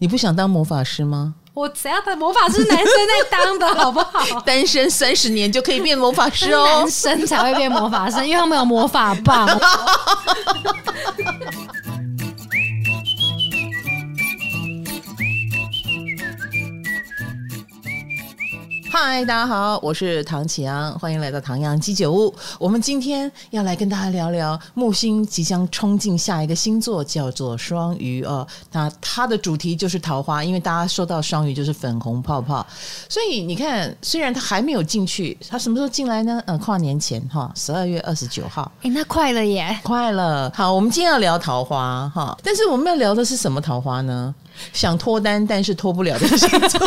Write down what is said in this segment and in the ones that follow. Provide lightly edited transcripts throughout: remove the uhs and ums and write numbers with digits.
你不想当魔法师吗？ 我谁要当魔法师？男生在当的好不好？ 单身30年就可以变魔法师哦。 男生才会变魔法师，因为他们有魔法棒。 嗨，大家好，我是唐启阳，欢迎来到唐阳鸡酒屋。我们今天要来跟大家聊聊木星即将冲进下一个星座，叫做双鱼哦。那它的主题就是桃花，因为大家说到双鱼就是粉红泡泡，所以你看，虽然它还没有进去，它什么时候进来呢？跨年前哈，12月29号。 那快了耶！ 快了。好，我们今天要聊桃花哈，但是我们要聊的是什么桃花呢？想脱单但是脱不了的星座。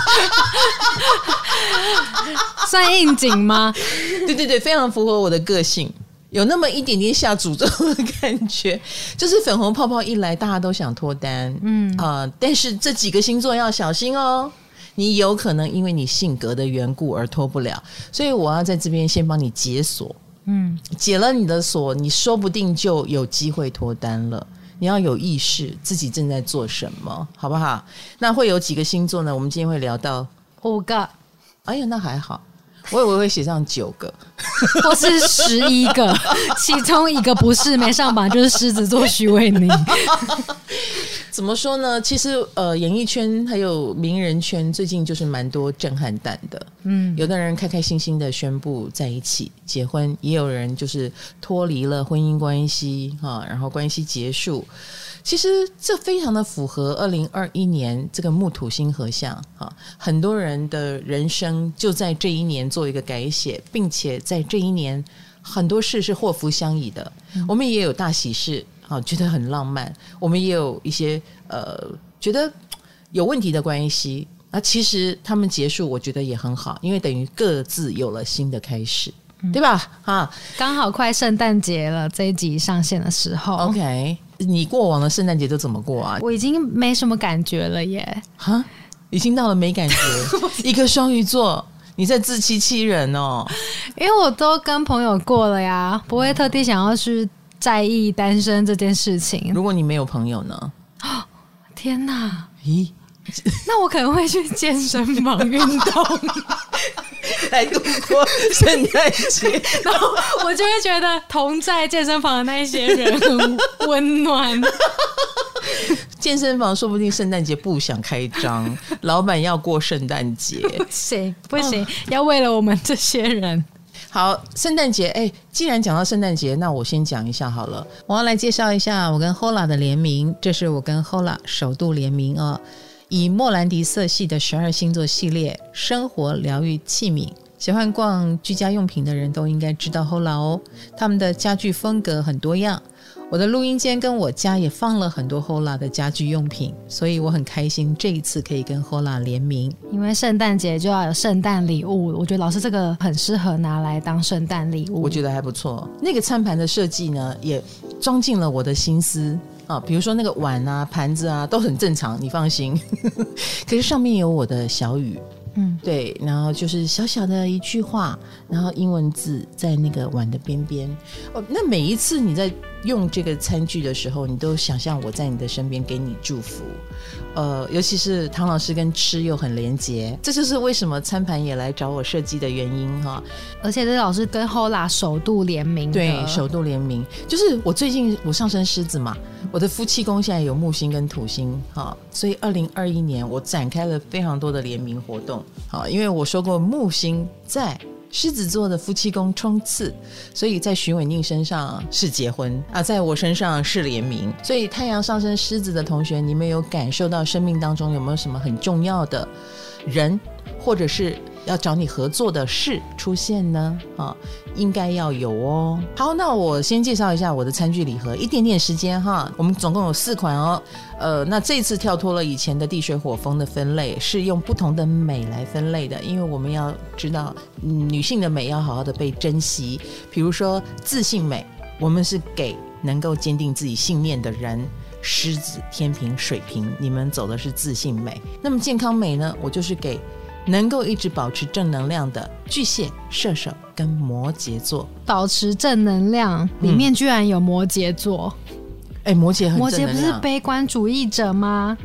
算应景吗？ 对对对，非常符合我的个性，有那么一点点下诅咒的感觉。就是粉红泡泡一来，大家都想脱单，但是这几个星座要小心哦，你有可能因为你性格的缘故而脱不了，所以我要在这边先帮你解锁，解了你的锁，你说不定就有机会脱单了。你要有意识自己正在做什么，好不好？那会有几个星座呢？我们今天会聊到 5个。 哎呀，那还好，我以为会写上9个或是11个，其中一个不是没上榜，就是狮子座许瑋甯。 怎么说呢？其实演艺圈还有名人圈最近就是蛮多震撼弹的。有的人开开心心的宣布在一起结婚，也有人就是脱离了婚姻关系然后关系结束。其实这非常的符合2021年这个木土星合相很多人的人生就在这一年做一个改写，并且在这一年很多事是祸福相依的。我们也有大喜事觉得很浪漫，我们也有一些觉得有问题的关系其实他们结束我觉得也很好，因为等于各自有了新的开始，对吧？ 刚好快圣诞节了，这一集上线的时候 OK， 你过往的圣诞节都怎么过啊？ 我已经没什么感觉了耶。 已经到了没感觉。一个双鱼座你在自欺欺人哦。 因为我都跟朋友过了呀，不会特地想要去在意单身这件事情。 如果你没有朋友呢？ 天哪！ 咦， 那我可能会去健身房运动来度过圣诞节。 然后我就会觉得同在健身房的那一些人很温暖。 健身房说不定圣诞节不想开张，老板要过圣诞节。 不行，要为了我们这些人。 好，圣诞节既然讲到圣诞节，那我先讲一下好了。我要来介绍一下我跟 Hola 的联名，这是我跟 Hola 首度联名以莫兰迪色系的12星座系列生活疗愈器皿。喜欢逛居家用品的人都应该知道 Hola 哦，他们的家具风格很多样。我的录音间跟我家也放了很多 Hola 的家居用品，所以我很开心这一次可以跟 Hola 联名。因为圣诞节就要有圣诞礼物，我觉得老师这个很适合拿来当圣诞礼物。 我觉得还不错。那个餐盘的设计呢，也装进了我的心思比如说那个碗啊盘子啊都很正常，你放心。可是上面有我的小语，对，然后就是小小的一句话，然后英文字在那个碗的边边那每一次你在用这个餐具的时候，你都想象我在你的身边给你祝福尤其是唐老师跟吃又很连结，这就是为什么餐盘也来找我设计的原因而且这老师跟 Hola 首度联名的。 对，首度联名。就是我最近我上升狮子嘛，我的夫妻宫现在有木星跟土星所以2021年我展开了非常多的联名活动因为我说过木星在狮子座的夫妻宫冲刺，所以在许瑋甯身上是结婚在我身上是联名。所以太阳上升狮子的同学，你们有感受到生命当中有没有什么很重要的人或者是要找你合作的事出现呢？应该要有哦。好，那我先介绍一下我的餐具礼盒，一点点时间我们总共有4款那这次跳脱了以前的地水火风的分类，是用不同的美来分类的，因为我们要知道女性的美要好好的被珍惜。比如说自信美，我们是给能够坚定自己信念的人，狮子、天秤、水瓶，你们走的是自信美。那么健康美呢，我就是给能够一直保持正能量的巨蟹、射手跟摩羯座。 保持正能量里面居然有摩羯座。 摩羯很正能量。 摩羯不是悲观主义者吗？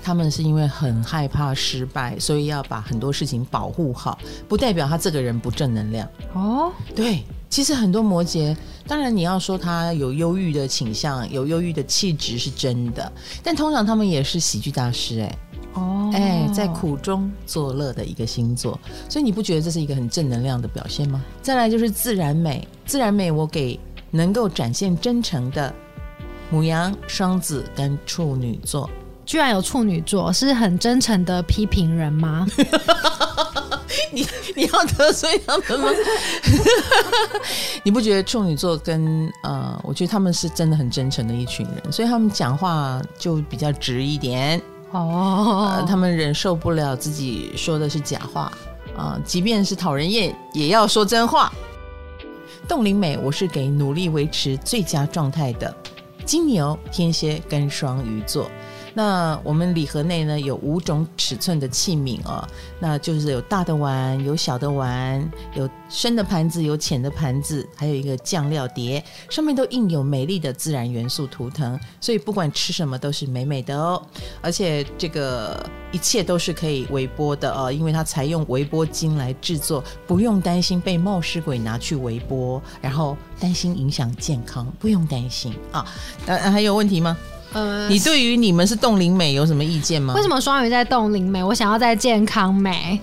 他们是因为很害怕失败，所以要把很多事情保护好，不代表他这个人不正能量哦。对，其实很多摩羯，当然你要说他有忧郁的倾向，有忧郁的气质是真的，但通常他们也是喜剧大师在苦中作乐的一个星座，所以你不觉得这是一个很正能量的表现吗？再来就是自然美，自然美我给能够展现真诚的牡羊、双子跟处女座。 居然有处女座，是很真诚的批评人吗？ 你要得罪他们吗？你不觉得处女座跟我觉得他们是真的很真诚的一群人，所以他们讲话就比较直一点他们忍受不了自己说的是假话即便是讨人厌也要说真话。冻龄美我是给努力维持最佳状态的金牛、天蝎跟双鱼座。那我们礼盒内呢有5种尺寸的器皿那就是有大的碗，有小的碗，有深的盘子，有浅的盘子，还有一个酱料碟，上面都印有美丽的自然元素图腾，所以不管吃什么都是美美的而且这个一切都是可以微波的因为它采用微波精来制作，不用担心被冒失鬼拿去微波，然后担心影响健康，不用担心还有问题吗？你对于你们是冻龄美有什么意见吗？ 为什么双鱼在冻龄美，我想要在健康美？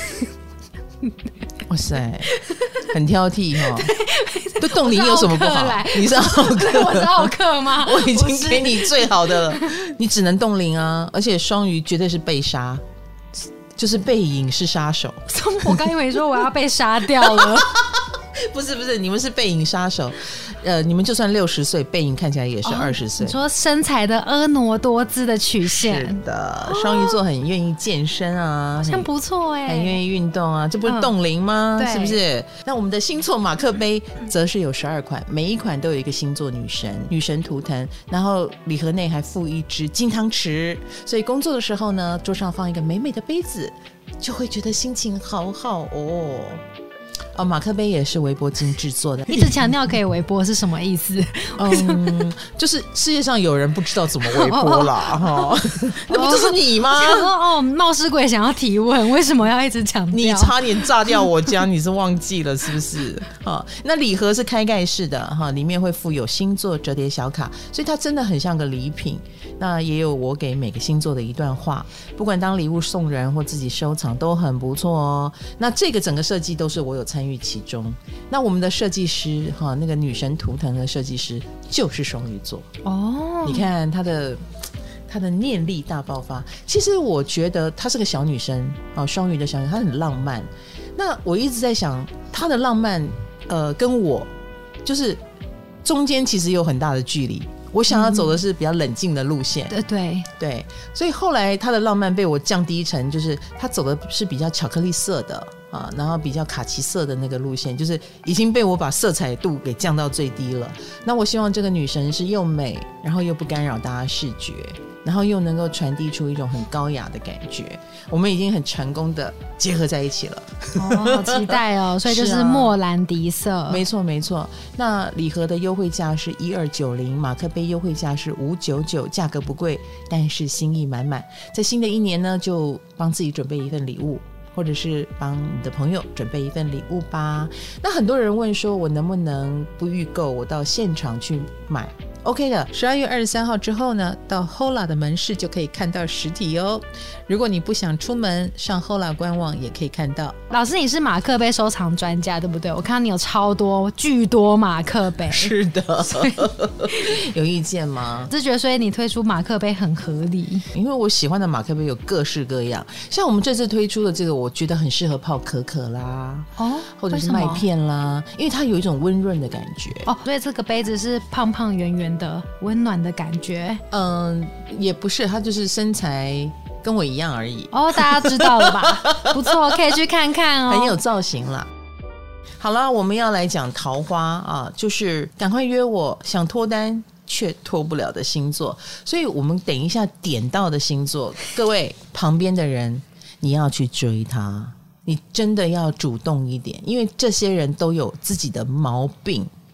哇塞，很挑剔对冻龄有什么不好？你是奥克， 我是奥克吗？ 我已经给你最好的了，你只能冻龄而且双鱼绝对是被杀，就是背影是杀手。 我刚以为说我要被杀掉了。 不是，你们是背影杀手。你们就算60岁，背影看起来也是20岁。 你说身材的婀娜多姿的曲线。 是的，双鱼座很愿意健身好像不错很愿意运动这不是冻龄吗？是不是？那我们的星座马克杯则是有12款，每一款都有一个星座女神图腾，然后礼盒内还附一只金汤匙，所以工作的时候呢，桌上放一个美美的杯子，就会觉得心情好好马克杯也是微波精制作的。 一直强调可以微波是什么意思？ 就是世界上有人不知道怎么微波啦那不就是你吗？ 冒失鬼想要提问，为什么要一直强调？ 你差点炸掉我家，你是忘记了是不是？那礼盒是开盖式的里面会附有星座折叠小卡，所以它真的很像个礼品。那也有我给每个星座的一段话，不管当礼物送人或自己收藏都很不错那这个整个设计都是我有参与其中。那我们的设计师那个女神图腾的设计师就是双鱼座你看她的念力大爆发。其实我觉得她是个小女生双鱼的小女生，她很浪漫。那我一直在想她的浪漫跟我就是中间其实有很大的距离，我想要走的是比较冷静的路线对，所以后来他的浪漫被我降低成就是他走的是比较巧克力色的然后比较卡其色的那个路线，就是已经被我把色彩度给降到最低了。那我希望这个女神是又美，然后又不干扰大家视觉，然后又能够传递出一种很高雅的感觉，我们已经很成功的结合在一起了好期待所以就是莫兰迪色没错。那礼盒的优惠价是1290，马克杯优惠价是599，价格不贵，但是心意满满。在新的一年呢，就帮自己准备一份礼物，或者是帮你的朋友准备一份礼物吧。那很多人问说我能不能不预购，我到现场去买？OK 的，12月23号之后呢，到 Hola 的门市就可以看到实体如果你不想出门，上 Hola 官网也可以看到。 老师，你是马克杯收藏专家对不对？我看到你有巨多马克杯。 是的有意见吗？ 就觉得所以你推出马克杯很合理， 因为我喜欢的马克杯有各式各样，像我们这次推出的这个，我觉得很适合泡可可啦或者是麦片啦，因为它有一种温润的感觉所以这个杯子是胖胖圆圆的温暖的感觉。 也不是，它就是身材跟我一样而已大家知道了吧？不错，可以去看看很有造型啦。好了，我们要来讲桃花就是赶快约我，想脱单却脱不了的星座。所以我们等一下点到的星座，各位旁边的人你要去追他，你真的要主动一点，因为这些人都有自己的毛病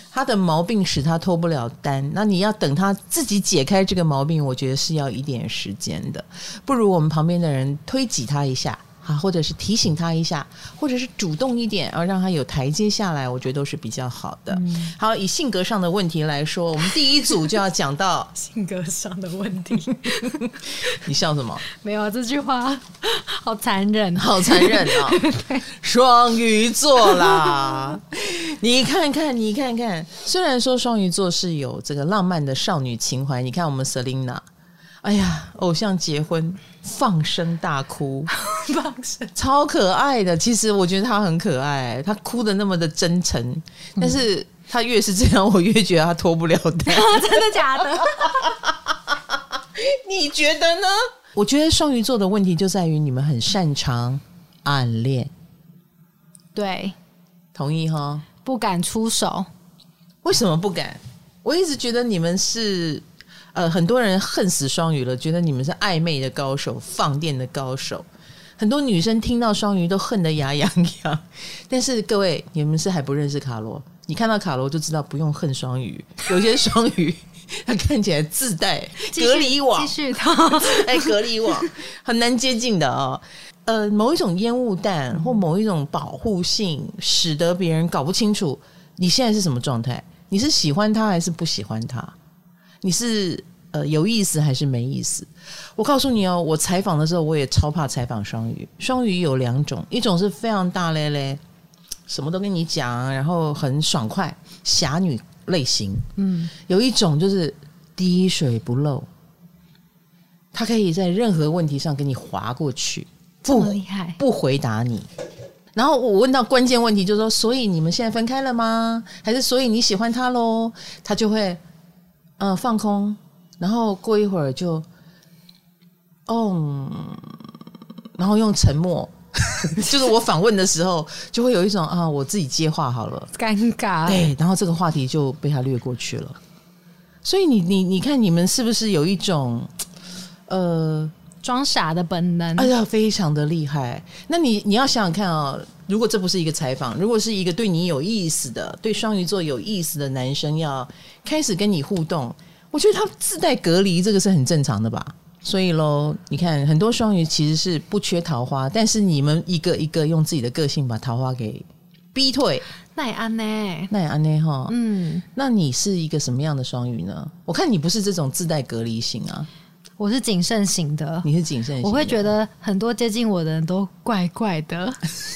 他的毛病使他脱不了单，那你要等他自己解开这个毛病，我觉得是要一点时间的。不如我们旁边的人推挤他一下，或者是提醒他一下，或者是主动一点，然后让他有台阶下来，我觉得都是比较好的。好，以性格上的问题来说，我们第一组就要讲到性格上的问题。 你笑什么？ 没有，这句话好残忍， 好残忍啊！双鱼座啦，你看看，你看看，虽然说双鱼座是有这个浪漫的少女情怀，你看我们 Selina。哎呀，偶像结婚放声大哭， 放声超可爱的。其实我觉得他很可爱，他哭的那么的真诚，但是他越是这样，我越觉得他脱不了单。 真的假的？ 你觉得呢？我觉得双鱼座的问题就在于你们很擅长暗恋。 对， 同意哈？ 不敢出手。 为什么不敢？我一直觉得你们是。很多人恨死双鱼了，觉得你们是暧昧的高手，放电的高手。很多女生听到双鱼都恨得牙痒痒。但是各位，你们是还不认识卡罗，你看到卡罗就知道不用恨双鱼。有些双鱼他看起来自带隔离网， 继续隔离网很难接近的哦。某一种烟雾弹或某一种保护性，使得别人搞不清楚你现在是什么状态，你是喜欢他还是不喜欢他，你是有意思还是没意思。我告诉你哦，我采访的时候我也超怕采访双鱼。双鱼有两种，一种是非常大咧咧，什么都跟你讲，然后很爽快侠女类型，有一种就是滴水不漏，他可以在任何问题上给你划过去， 这么厉害， 不回答你。然后我问到关键问题，就说所以你们现在分开了吗？还是所以你喜欢他咯？他就会放空，然后过一会儿就然后用沉默就是我访问的时候就会有一种我自己接话好了， 尴尬。 对，然后这个话题就被他略过去了。所以你看你们是不是有一种装傻的本能？ 哎呀，非常的厉害。那你要想想看如果这不是一个采访，如果是一个对你有意思的，对双鱼座有意思的男生要开始跟你互动，我觉得他自带隔离，这个是很正常的吧。所以咯，你看很多双鱼其实是不缺桃花，但是你们一个一个用自己的个性把桃花给逼退。 那也安呢？ 那也安呢哈。那你是一个什么样的双鱼呢？我看你不是这种自带隔离型啊。 我是谨慎型的。 你是谨慎型的。 我会觉得很多接近我的人都怪怪的。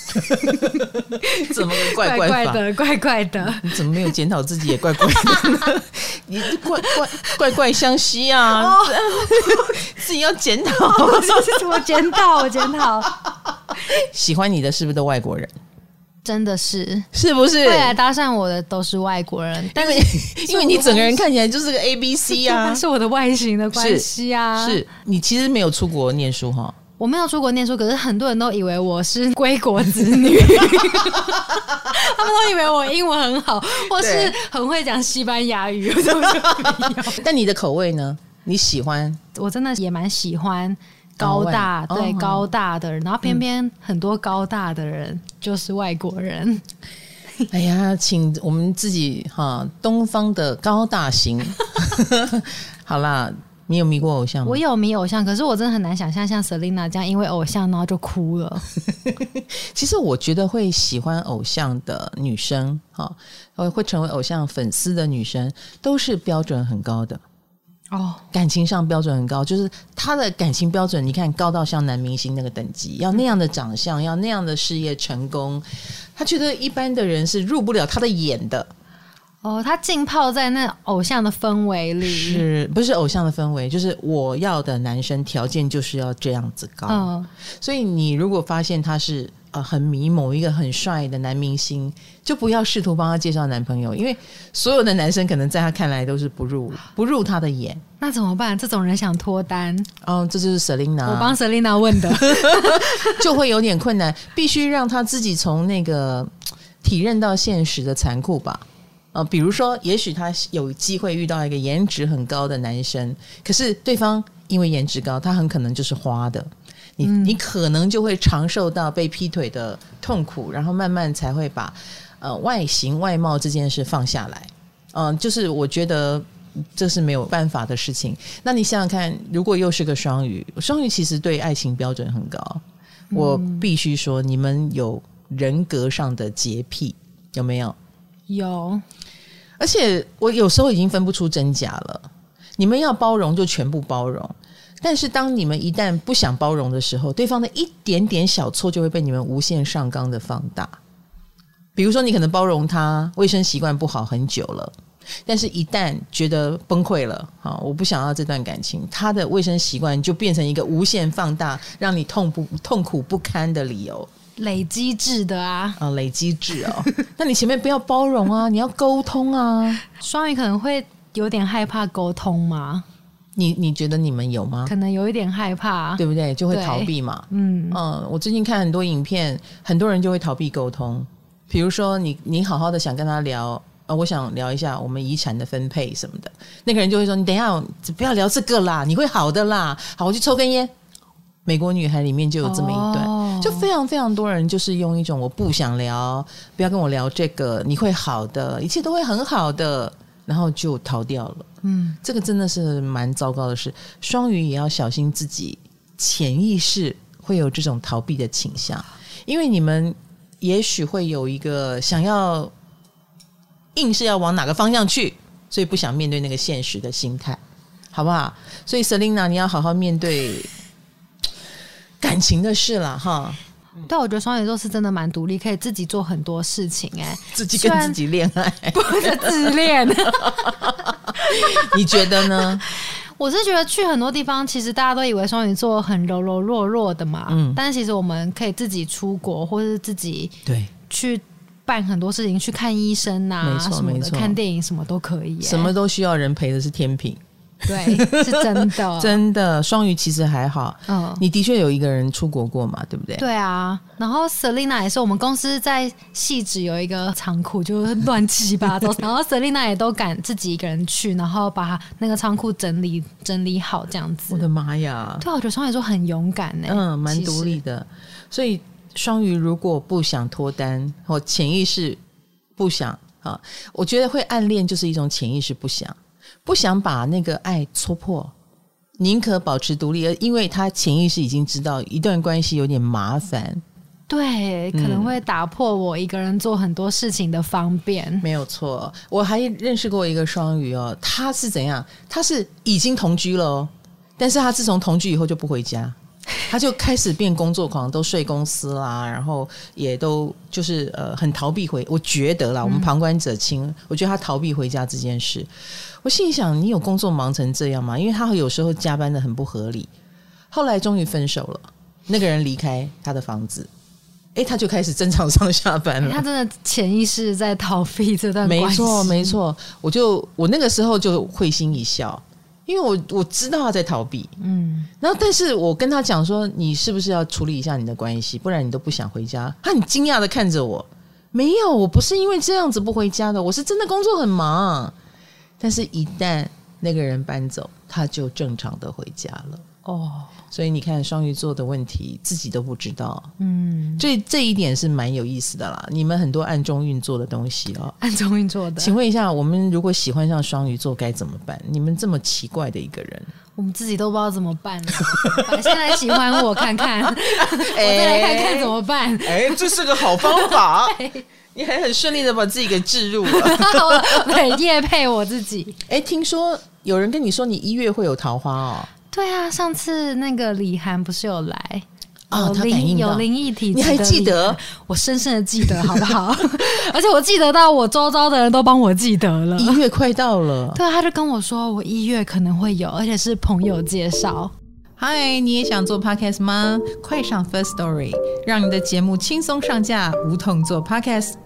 怎么个怪怪法？ 怪怪的。 你怎么没有检讨自己也怪怪的呢？你怪怪相吸啊！自己要检讨。 我检讨。 喜欢你的是不是都外国人？ 真的是不是？ 会来搭讪我的都是外国人，但是因为你整个人看起来就是个 ABC 啊， 是我的外形的关系啊。 是你其实没有出国念书哈。 我没有出国念书，可是很多人都以为我是归国子女，他们都以为我英文很好，或是很会讲西班牙语。 但你的口味呢？你喜欢？ 我真的也蛮喜欢高大，对，高大的人，然后偏偏很多高大的人就是外国人。 哎呀，请我们自己东方的高大型。好啦，你有迷过偶像吗？ 我有迷偶像，可是我真的很难想象像 Selina 这样因为偶像然后就哭了。 其实我觉得会喜欢偶像的女生会成为偶像粉丝的女生都是标准很高的。感情上标准很高，就是他的感情标准你看高到像男明星那个等级，要那样的长相，要那样的事业成功，他觉得一般的人是入不了他的眼的。 他浸泡在那偶像的氛围里， 是不是偶像的氛围？就是我要的男生条件就是要这样子高。所以你如果发现他是很迷某一个很帅的男明星，就不要试图帮他介绍男朋友，因为所有的男生可能在他看来都是不入他的眼。 那怎么办？这种人想脱单， 这就是 Selina， 我帮 Selina 问的。 就会有点困难，必须让他自己从那个体认到现实的残酷吧。比如说也许他有机会遇到一个颜值很高的男生，可是对方因为颜值高，他很可能就是花的，你可能就会尝受到被劈腿的痛苦，然后慢慢才会把外形外貌这件事放下来。 就是我觉得这是没有办法的事情。那你想想看，如果又是个双鱼，双鱼其实对爱情标准很高，我必须说你们有人格上的洁癖，有没有？ 有， 而且我有时候已经分不出真假了。你们要包容就全部包容，但是当你们一旦不想包容的时候，对方的一点点小错就会被你们无限上纲的放大。比如说你可能包容他卫生习惯不好很久了，但是一旦觉得崩溃了，我不想要这段感情，他的卫生习惯就变成一个无限放大让你痛苦不堪的理由。 累积制的啊， 累积制哦。那你前面不要包容啊，你要沟通啊。 双鱼可能会有点害怕沟通吗？ 你觉得你们有吗？ 可能有一点害怕， 对不对？就会逃避嘛。我最近看很多影片，很多人就会逃避沟通。比如说你好好的想跟他聊，我想聊一下我们遗产的分配什么的，那个人就会说你等一下不要聊这个啦，你会好的啦，好，我去抽根烟。美国女孩里面就有这么一段，就非常非常多人就是用一种我不想聊，不要跟我聊这个，你会好的，一切都会很好的，然后就逃掉了。这个真的是蛮糟糕的事。双鱼也要小心自己潜意识会有这种逃避的倾向，因为你们也许会有一个想要硬是要往哪个方向去，所以不想面对那个现实的心态，好不好？所以 Selina 你要好好面对感情的事啦哈。 对，我觉得双鱼座是真的蛮独立，可以自己做很多事情。 自己跟自己恋爱， 不是自恋。 你觉得呢？ 我是觉得去很多地方，其实大家都以为双鱼座很柔柔弱弱的嘛，但是其实我们可以自己出国，或是自己去办很多事情，去看医生啊什么的，看电影什么都可以。 什么都需要人陪的是天平。 对，是真的。 真的，双鱼其实还好。你的确有一个人出国过嘛，对不对？ 对啊，然后 Selina 也是，我们公司在汐止有一个仓库，就是乱七八糟，然后 Selina 也都敢自己一个人去，然后把那个仓库整理好这样子。 我的妈呀！ 对啊，我觉得双鱼座很勇敢蛮独立的。所以双鱼如果不想脱单，或潜意识不想我觉得会暗恋就是一种潜意识不想把那个爱戳破，宁可保持独立，因为他潜意识已经知道一段关系有点麻烦， 对，可能会打破我一个人做很多事情的方便。 没有错。我还认识过一个双鱼他是怎样？他是已经同居了但是他自从同居以后就不回家，他就开始变工作狂，都睡公司啦，然后也都就是很逃避我觉得啦，我们旁观者清，我觉得他逃避回家这件事。我心里想，你有工作忙成这样吗？因为他有时候加班的很不合理。后来终于分手了，那个人离开他的房子，他就开始正常上下班了。 他真的潜意识在逃避这段关系。 没错没错。我那个时候就会心一笑，因为我知道他在逃避。然后但是我跟他讲说，你是不是要处理一下你的关系，不然你都不想回家。他很惊讶的看着我，没有，我不是因为这样子不回家的，我是真的工作很忙。但是一旦那个人搬走，他就正常的回家了。所以你看双鱼座的问题自己都不知道。这一点是蛮有意思的啦，你们很多暗中运作的东西暗中运作的。 请问一下，我们如果喜欢上双鱼座该怎么办？你们这么奇怪的一个人， 我们自己都不知道怎么办。先来喜欢我看看，我再来看看怎么办。 这是个好方法。你还很顺利的把自己给置入了。 对，业配我自己。 听说有人跟你说你1月会有桃花对啊，上次那个李涵不是有来他感应到有灵异体质的， 你还记得？ 我深深的记得，好不好？而且我记得到我周遭的人都帮我记得了。 1月快到了。 对啊，他就跟我说我1月可能会有，而且是朋友介绍。 嗨，你也想做 podcast 吗？快上 First Story， 让你的节目轻松上架，无痛做 podcast。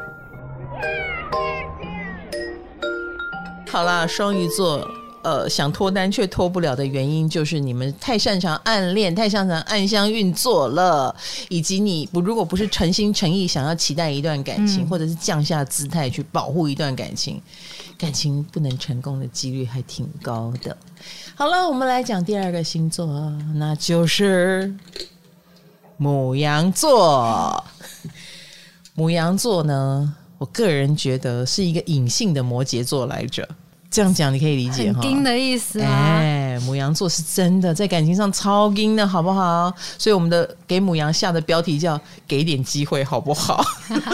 好啦，双鱼座想脱单却脱不了的原因，就是你们太擅长暗恋，太擅长暗箱运作了，以及你如果不是诚心诚意想要期待一段感情，或者是降下姿态去保护一段感情，感情不能成功的几率还挺高的。好了，我们来讲第二个星座，那就是牡羊座。牡羊座呢， 我个人觉得是一个隐性的摩羯座来着。这样讲你可以理解很硬的意思啊。 牡羊座是真的在感情上超硬的好不好？所以我们的给牡羊下的标题叫给点机会好不好？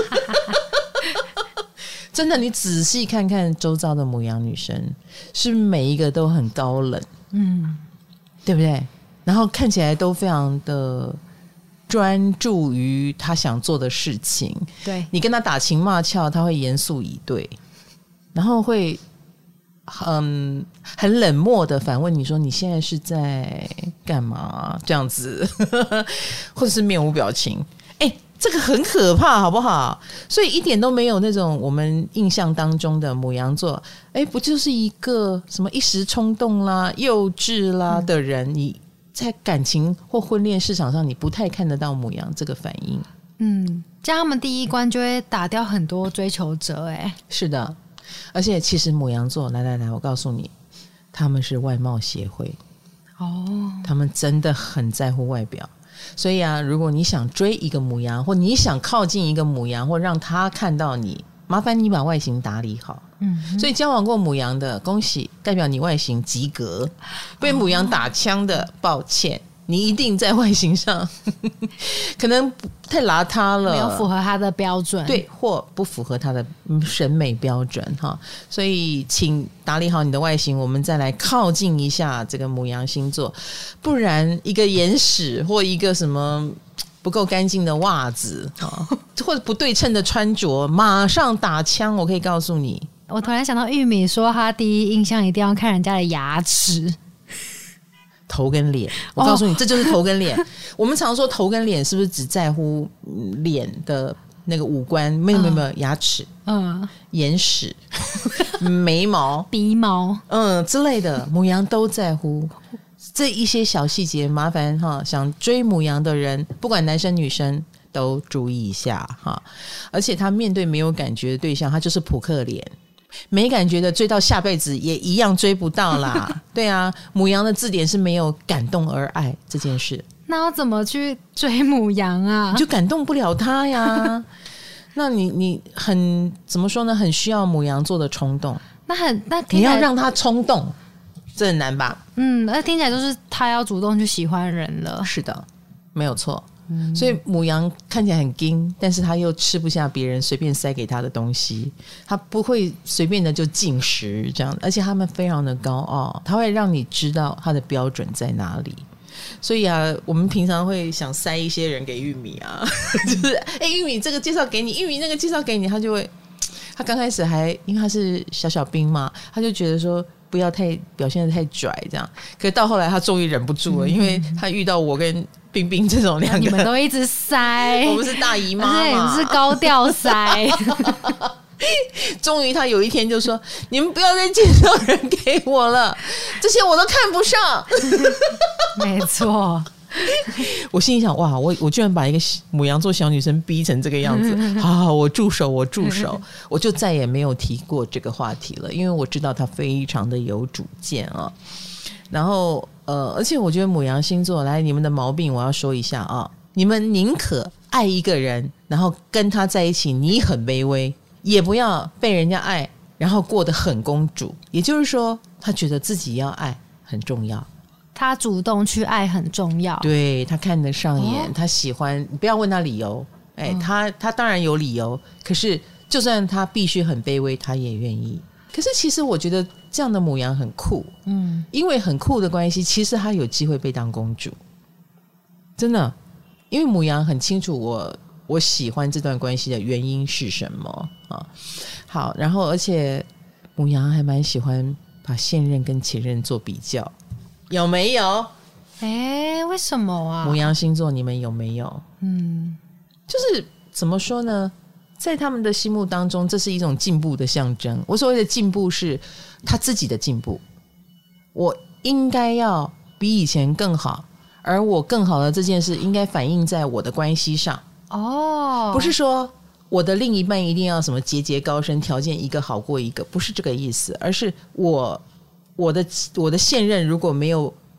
真的，你仔细看看周遭的牡羊女生，是每一个都很高冷，对不对？然后看起来都非常的专注于他想做的事情。 对， 你跟他打情骂俏，他会严肃以对，然后会很冷漠的反问你说你现在是在干嘛这样子或者是面无表情。这个很可怕好不好？所以一点都没有那种我们印象当中的牡羊座不就是一个什么一时冲动啦幼稚啦的人，你在感情或婚恋市场上你不太看得到牡羊这个反应。 这样他们第一关就会打掉很多追求者。 是的，而且其实牡羊座来我告诉你，他们是外貌协会他们真的很在乎外表。所以如果你想追一个牡羊，或你想靠近一个牡羊，或让他看到你，麻烦你把外形打理好。所以交往过牡羊的，恭喜，代表你外形及格。被牡羊打枪的，抱歉，你一定在外形上可能太邋遢了， 没有符合他的标准， 对，或不符合他的审美标准哈。所以请打理好你的外形，我们再来靠近一下这个牡羊星座，不然一个眼屎或一个什么不够干净的袜子或者不对称的穿着，马上打枪。我可以告诉你， 我突然想到玉米说他第一印象一定要看人家的牙齿。 头跟脸，我告诉你，这就是头跟脸。我们常说头跟脸是不是只在乎脸的那个五官？没有，牙齿、眼屎、眉毛、 鼻毛， 之类的，牡羊都在乎。这一些小细节，麻烦想追牡羊的人，不管男生女生都注意一下哈。而且他面对没有感觉的对象，他就是扑克脸。没感觉的追到下辈子也一样追不到啦。对啊，牡羊的字典是没有感动而爱这件事。 那要怎么去追牡羊啊？ 你就感动不了他呀。那你很怎么说呢？很需要牡羊座的冲动。那你要让他冲动，这很难吧？ 那听起来就是他要主动去喜欢人了。 是的，没有错。所以牡羊看起来很硬，但是他又吃不下别人随便塞给他的东西，他不会随便的就进食这样，而且他们非常的高傲，他会让你知道他的标准在哪里。所以我们平常会想塞一些人给玉米就是玉米这个介绍给你，玉米那个介绍给你，他就会，他刚开始还因为他是小兵嘛，他就觉得说不要太表现得太拽这样，可是到后来他终于忍不住了，因为他遇到我跟冰冰这种两个， 你们都一直塞， 我们是大姨妈嘛， 你们是高调塞。 终于他有一天就说：“你们不要再介绍人给我了，这些我都看不上。” 没错。 我心里想，哇，我居然把一个牡羊座小女生逼成这个样子，好，我住手，我就再也没有提过这个话题了，因为我知道她非常的有主见啊。然后而且我觉得牡羊星座，来，你们的毛病我要说一下啊，你们宁可爱一个人，然后跟他在一起你很卑微，也不要被人家爱然后过得很公主。也就是说他觉得自己要爱很重要， 他主动去爱很重要， 对，他看得上眼，他喜欢，不要问他理由，他当然有理由，可是就算他必须很卑微他也愿意。可是其实我觉得这样的牡羊很酷，因为很酷的关系，其实他有机会被当公主，真的，因为牡羊很清楚我喜欢这段关系的原因是什么啊。好，然后而且牡羊还蛮喜欢把现任跟前任做比较，有没有？ 为什么啊？ 牡羊星座你们有没有？就是怎么说呢，在他们的心目当中这是一种进步的象征。我所谓的进步是他自己的进步，我应该要比以前更好，而我更好的这件事应该反映在我的关系上。不是说我的另一半一定要什么节节高升，条件一个好过一个，不是这个意思，而是我的现任如果没有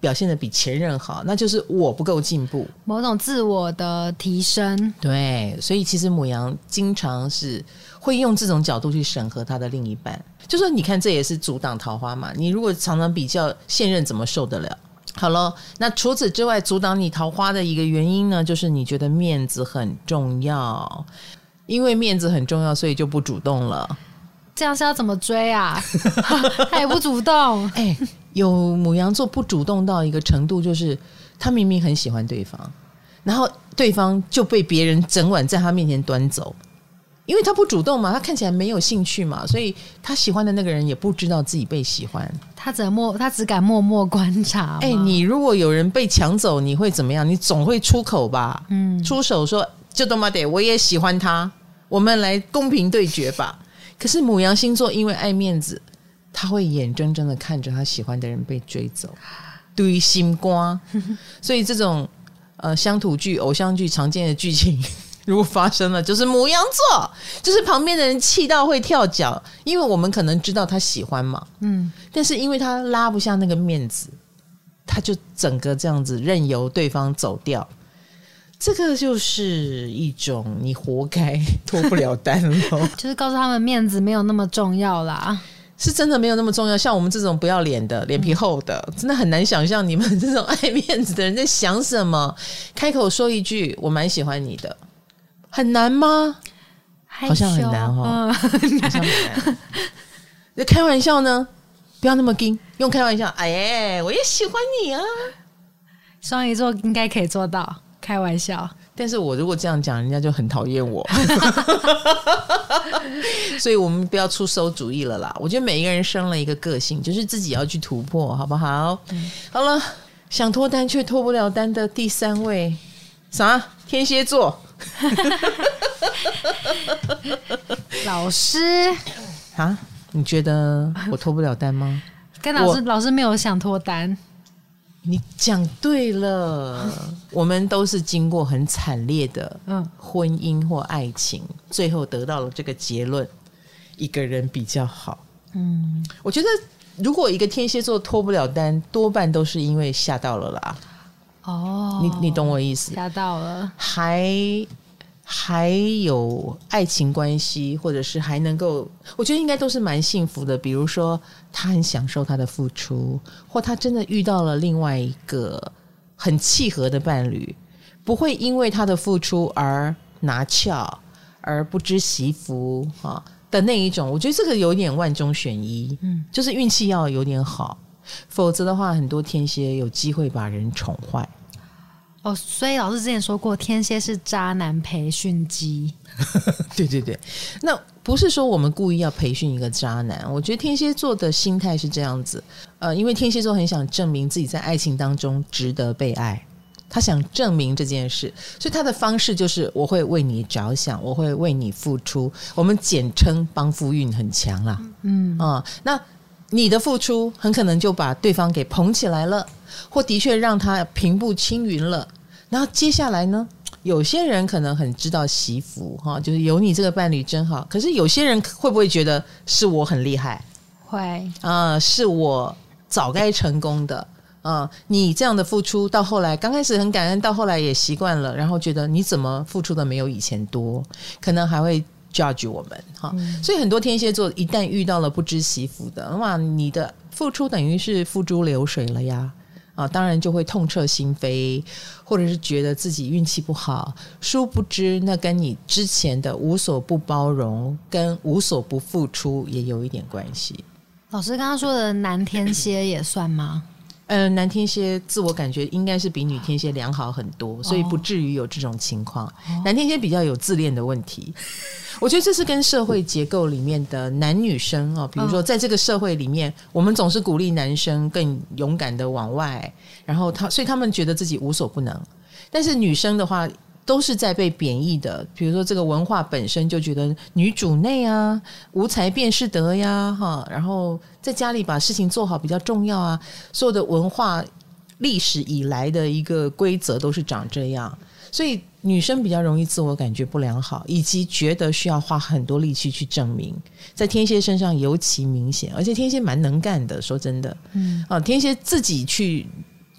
表现得比前任好，那就是我不够进步， 某种自我的提升。 对，所以其实牡羊经常是会用这种角度去审核他的另一半，就说你看这也是阻挡桃花嘛，你如果常常比较，现任怎么受得了？好了，那除此之外阻挡你桃花的一个原因呢，就是你觉得面子很重要，因为面子很重要，所以就不主动了。 这样是要怎么追啊？他也不主动。 有牡羊座不主动到一个程度，就是他明明很喜欢对方，然后对方就被别人整晚在他面前端走，因为他不主动嘛，他看起来没有兴趣嘛，所以他喜欢的那个人也不知道自己被喜欢，他只敢默默观察。 你如果有人被抢走，你会怎么样？你总会出口吧，出手说就他妈的我也喜欢他，我们来公平对决吧。可是牡羊星座因为爱面子，他会眼睁睁的看着他喜欢的人被追走，对心瓜。所以这种乡土剧、偶像剧常见的剧情，如果发生了，就是牡羊座，就是旁边的人气到会跳脚，因为我们可能知道他喜欢嘛，但是因为他拉不下那个面子，他就整个这样子任由对方走掉。这个就是一种你活该脱不了单了。 就是告诉他们面子没有那么重要啦， 是真的没有那么重要。像我们这种不要脸的、脸皮厚的，真的很难想象你们这种爱面子的人在想什么。开口说一句我蛮喜欢你的，很难吗？好像很难哦，好像很难。开玩笑呢，不要那么硬，用开玩笑。我也喜欢你啊。 双鱼座应该可以做到开玩笑， 但是我如果这样讲，人家就很讨厌我。所以我们不要出馊主意了啦。我觉得每一个人生了一个个性，就是自己要去突破，好不好？好了，想脱单却脱不了单的第三位，啥？天蝎座。 老师啊？你觉得我脱不了单吗？ 跟老师没有想脱单。 你讲对了，我们都是经过很惨烈的婚姻或爱情，最后得到了这个结论，一个人比较好。我觉得如果一个天蝎座脱不了单，多半都是因为吓到了啦。你懂我意思？ 吓到了， 还有爱情关系，或者是还能够，我觉得应该都是蛮幸福的。比如说他很享受他的付出，或他真的遇到了另外一个很契合的伴侣，不会因为他的付出而拿翘，而不知惜福的那一种。我觉得这个有点万中选一，就是运气要有点好，否则的话很多天蝎有机会把人宠坏。 所以老师之前说过，天蝎是渣男培训机。 对对对，那不是说我们故意要培训一个渣男，我觉得天蝎座的心态是这样子，因为天蝎座很想证明自己在爱情当中值得被爱，他想证明这件事，所以他的方式就是我会为你着想，我会为你付出，我们简称帮夫运很强啦。那你的付出很可能就把对方给捧起来了，或的确让他平步青云了。然后接下来呢，有些人可能很知道惜福就是有你这个伴侣真好。可是有些人会不会觉得是我很厉害？ 会是我早该成功的。你这样的付出到后来，刚开始很感恩，到后来也习惯了，然后觉得你怎么付出的没有以前多，可能还会judge 我们所以很多天蝎座一旦遇到了不知惜福的，哇，你的付出等于是付诸流水了呀。当然就会痛彻心扉，或者是觉得自己运气不好，殊不知那跟你之前的无所不包容跟无所不付出也有一点关系。 老师刚刚说的男天蝎也算吗？ 男天蝎自我感觉应该是比女天蝎良好很多，所以不至于有这种情况。男天蝎比较有自恋的问题，我觉得这是跟社会结构里面的男女生比如说在这个社会里面，我们总是鼓励男生更勇敢的往外，然后所以他们觉得自己无所不能。但是女生的话都是在被贬义的，比如说这个文化本身就觉得女主内啊，无才便是德呀然后在家里把事情做好比较重要啊，所有的文化历史以来的一个规则都是长这样，所以女生比较容易自我感觉不良好，以及觉得需要花很多力气去证明，在天蝎身上尤其明显，而且天蝎蛮能干的，说真的天蝎自己去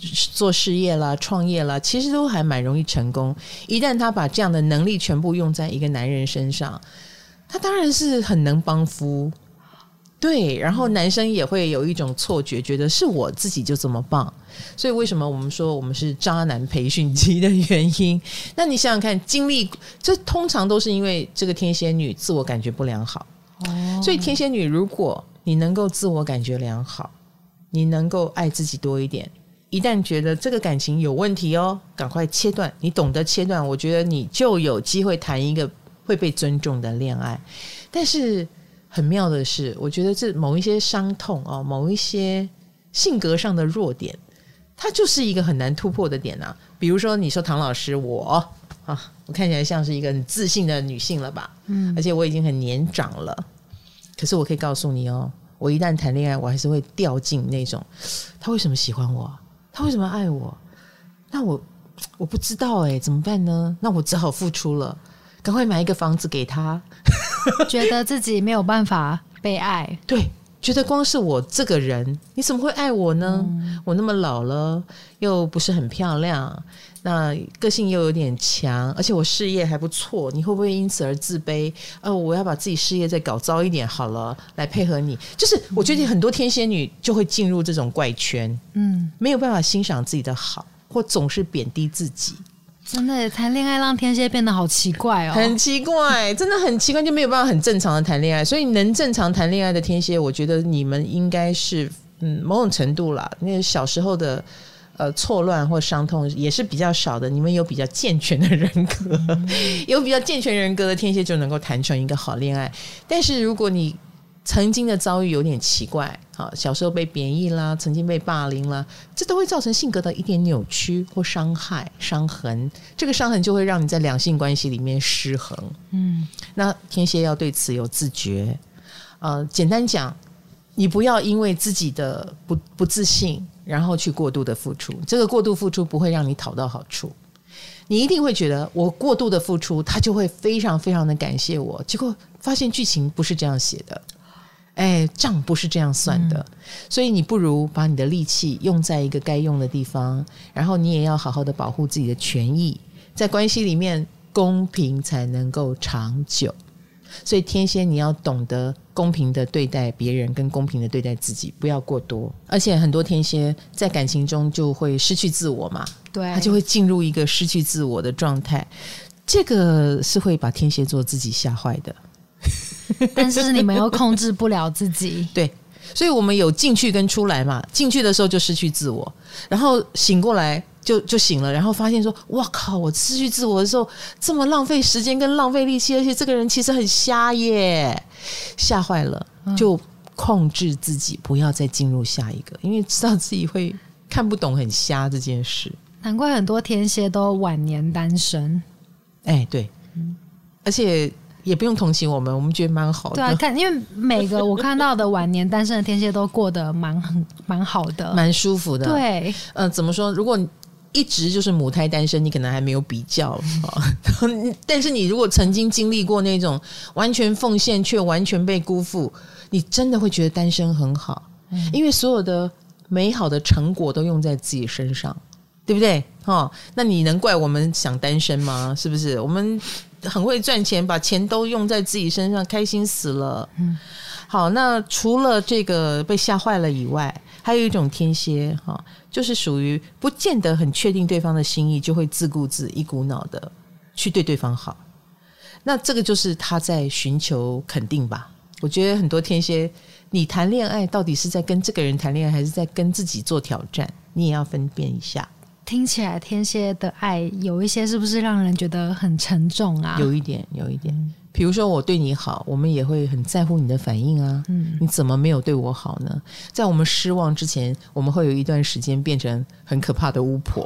做事业啦、创业啦，其实都还蛮容易成功。一旦他把这样的能力全部用在一个男人身上，他当然是很能帮夫。对，然后男生也会有一种错觉，觉得是我自己就这么棒，所以为什么我们说我们是渣男培训机的原因？那你想想看，经历这通常都是因为这个天蝎女自我感觉不良好，所以天蝎女如果你能够自我感觉良好，你能够爱自己多一点，一旦觉得这个感情有问题哦，赶快切断，你懂得切断，我觉得你就有机会谈一个会被尊重的恋爱。但是很妙的是，我觉得这某一些伤痛哦，某一些性格上的弱点，它就是一个很难突破的点啊。比如说你说唐老师我看起来像是一个很自信的女性了吧，而且我已经很年长了，可是我可以告诉你哦，我一旦谈恋爱，我还是会掉进那种他为什么喜欢我，他为什么爱我，那我不知道怎么办呢？那我只好付出了，赶快买一个房子给他觉得自己没有办法被爱， 对，觉得光是我这个人你怎么会爱我呢？我那么老了又不是很漂亮，那个性又有点强，而且我事业还不错，你会不会因此而自卑？我要把自己事业再搞糟一点好了，来配合你。就是我觉得很多天蝎女就会进入这种怪圈，没有办法欣赏自己的好，或总是贬低自己。 真的谈恋爱让天蝎变得好奇怪哦， 很奇怪，真的很奇怪，就没有办法很正常的谈恋爱。所以能正常谈恋爱的天蝎，我觉得你们应该是某种程度啦，那个小时候的错乱或伤痛也是比较少的，你们有比较健全的人格，有比较健全人格的天蝎就能够谈成一个好恋爱。但是如果你曾经的遭遇有点奇怪，小时候被贬义啦，曾经被霸凌啦，这都会造成性格的一点扭曲或伤害、伤痕。这个伤痕就会让你在两性关系里面失衡。那天蝎要对此有自觉。简单讲，你不要因为自己的不自信，然后去过度的付出。这个过度付出不会让你讨到好处。你一定会觉得我过度的付出，他就会非常非常的感谢我。结果发现剧情不是这样写的。账不是这样算的，所以你不如把你的力气用在一个该用的地方，然后你也要好好的保护自己的权益，在关系里面公平才能够长久。所以天蝎你要懂得公平的对待别人跟公平的对待自己，不要过多。而且很多天蝎在感情中就会失去自我嘛， 对， 他就会进入一个失去自我的状态，这个是会把天蝎座自己吓坏的。 但是你们又控制不了自己对，所以我们有进去跟出来嘛，进去的时候就失去自我，然后醒过来就醒了，然后发现说哇靠，我失去自我的时候这么浪费时间跟浪费力气，而且这个人其实很瞎耶，吓坏了，就控制自己不要再进入下一个，因为知道自己会看不懂很瞎这件事。 难怪很多天蝎都晚年单身。 对，而且也不用同情我们，我们觉得蛮好的。 对啊，因为每个我看到的晚年单身的天蝎都过得蛮好的， 蛮舒服的。 对， 怎么说？如果一直就是母胎单身，你可能还没有比较但是你如果曾经经历过那种完全奉献却完全被辜负，你真的会觉得单身很好，因为所有的美好的成果都用在自己身上，对不对？那你能怪我们想单身吗？是不是？我们很会赚钱，把钱都用在自己身上，开心死了。好，那除了这个被吓坏了以外，还有一种天蝎就是属于不见得很确定对方的心意，就会自顾自一股脑的去对对方好。那这个就是他在寻求肯定吧。我觉得很多天蝎，你谈恋爱到底是在跟这个人谈恋爱，还是在跟自己做挑战，你也要分辨一下。 听起来天蝎的爱有一些是不是让人觉得很沉重啊？ 有一点。比如说我对你好，我们也会很在乎你的反应啊。你怎么没有对我好呢？在我们失望之前，我们会有一段时间变成很可怕的巫婆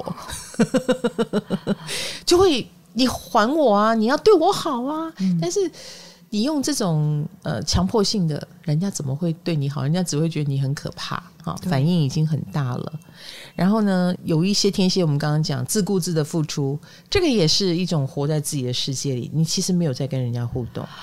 就会你还我啊，你要对我好啊。但是你用这种强迫性的，人家怎么会对你好？人家只会觉得你很可怕，反应已经很大了。然后呢，有一些天蝎我们刚刚讲自顾自的付出，这个也是一种活在自己的世界里，你其实没有在跟人家互动。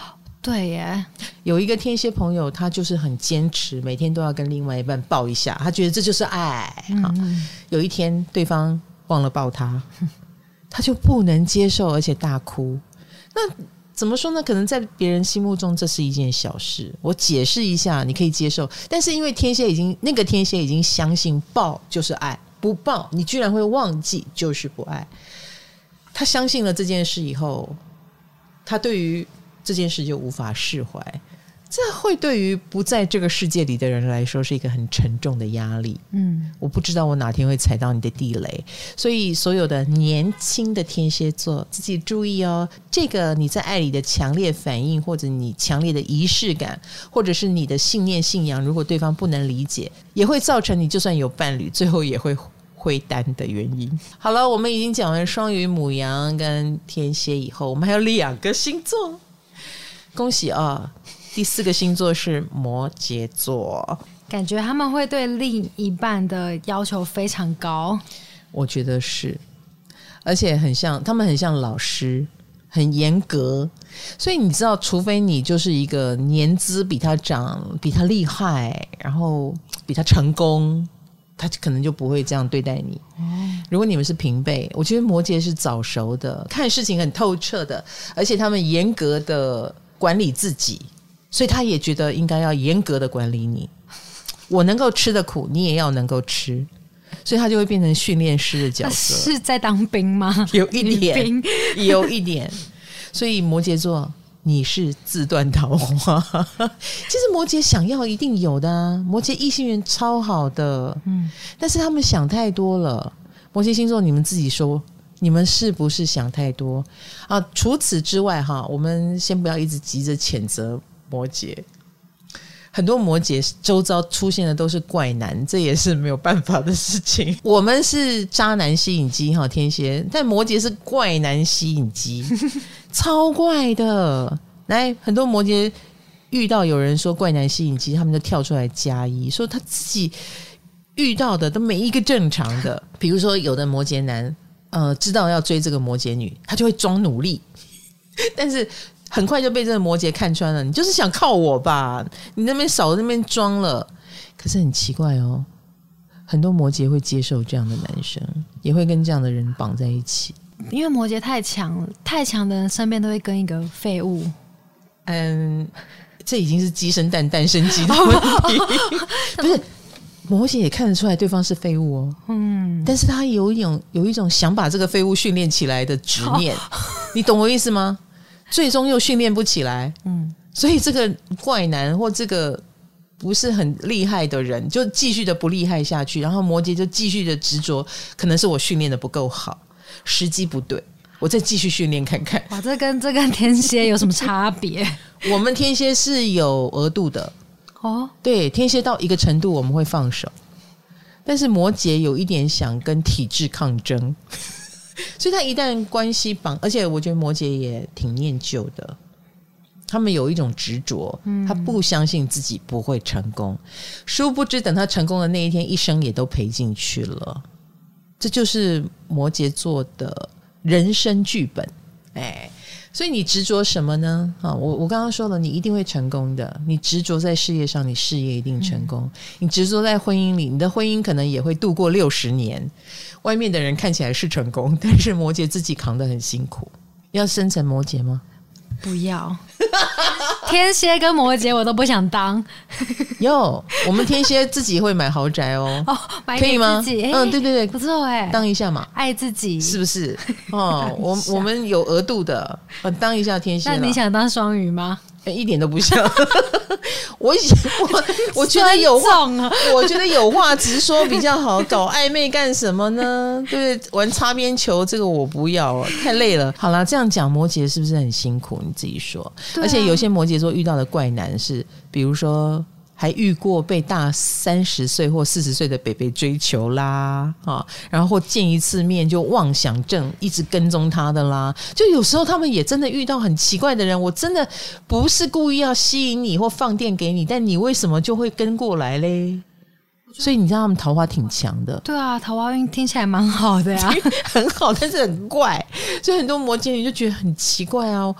对耶， 有一个天蝎朋友，他就是很坚持，每天都要跟另外一半抱一下，他觉得这就是爱。有一天对方忘了抱他，他就不能接受，而且大哭。那怎么说呢？可能在别人心目中这是一件小事，我解释一下，你可以接受。但是因为那个天蝎已经相信抱就是爱，不抱你居然会忘记就是不爱。他相信了这件事以后，他对于这件事就无法释怀，这会对于不在这个世界里的人来说是一个很沉重的压力。我不知道我哪天会踩到你的地雷，所以所有的年轻的天蝎座自己注意哦，这个你在爱里的强烈反应，或者你强烈的仪式感，或者是你的信念信仰，如果对方不能理解，也会造成你就算有伴侣最后也会灰单的原因。好了，我们已经讲完双鱼、牡羊跟天蝎以后，我们还有2个星座，恭喜啊！第4个星座是摩羯座， 感觉他们会对另一半的要求非常高。 我觉得是，而且他们很像老师，很严格。所以你知道，除非你就是一个年资比他长、比他厉害，然后比他成功，他可能就不会这样对待你。如果你们是平辈，我觉得摩羯是早熟的，看事情很透彻的，而且他们严格的管理自己，所以他也觉得应该要严格的管理你。我能够吃的苦，你也要能够吃，所以他就会变成训练师的角色。 是在当兵吗？ 有一点，有一点。所以摩羯座，你是自断桃花。其实摩羯想要一定有的啊，摩羯异性缘超好的，但是他们想太多了。摩羯星座，你们自己说，你们是不是想太多啊？除此之外哈，我们先不要一直急着谴责摩羯。很多摩羯周遭出现的都是怪男，这也是没有办法的事情。我们是渣男吸引机哈，天蝎，但摩羯是怪男吸引机，超怪的。来，很多摩羯遇到有人说怪男吸引机，他们就跳出来加一，说他自己遇到的都没一个正常的。比如说有的摩羯男知道要追这个摩羯女，他就会装努力，但是很快就被这个摩羯看穿了，你就是想靠我吧，你那边少那边装了。可是很奇怪哦，很多摩羯会接受这样的男生，也会跟这样的人绑在一起。 因为摩羯太强了，太强的人身边都会跟一个废物。 这已经是鸡生蛋蛋生鸡的问题。不是，摩羯也看得出来对方是废物哦，但是他有一种想把这个废物训练起来的执念，你懂我意思吗？最终又训练不起来，所以这个怪男或这个不是很厉害的人就继续的不厉害下去，然后摩羯就继续的执着，可能是我训练的不够好，时机不对，我再继续训练看看。 哇，这跟天蝎有什么差别？ 我们天蝎是有额度的哦，对，天蝎到一个程度我们会放手，但是摩羯有一点想跟体制抗争。所以他一旦关系绑，而且我觉得摩羯也挺念旧的，他们有一种执着，他不相信自己不会成功，殊不知等他成功的那一天，一生也都赔进去了。这就是摩羯座的人生剧本。所以你执着什么呢？我刚刚说了，你一定会成功的。你执着在事业上，你事业一定成功。你执着在婚姻里，你的婚姻可能也会度过60年。外面的人看起来是成功，但是摩羯自己扛得很辛苦。要生成摩羯吗？ 不要。天蝎跟摩羯我都不想当。 我们天蝎自己会买豪宅哦。 买可以吗？ 自己对对对， 不错当一下嘛， 爱自己是不是？我们有额度的，当一下天蝎。 那你想当双鱼吗？ 一点都不像。我觉得有话，我觉得有话直说比较好。搞暧昧干什么呢？对不对？玩擦边球这个我不要，太累了。好啦，这样讲摩羯是不是很辛苦？你自己说。而且有些摩羯座遇到的怪男是，比如说还遇过被大30岁或40岁的北北追求啦，然后或见一次面就妄想症一直跟踪他的啦，就有时候他们也真的遇到很奇怪的人，我真的不是故意要吸引你或放电给你，但你为什么就会跟过来嘞？所以你知道他们桃花挺强的。 对啊，桃花运听起来蛮好的呀。 很好，但是很怪，所以很多摩羯女就觉得很奇怪啊。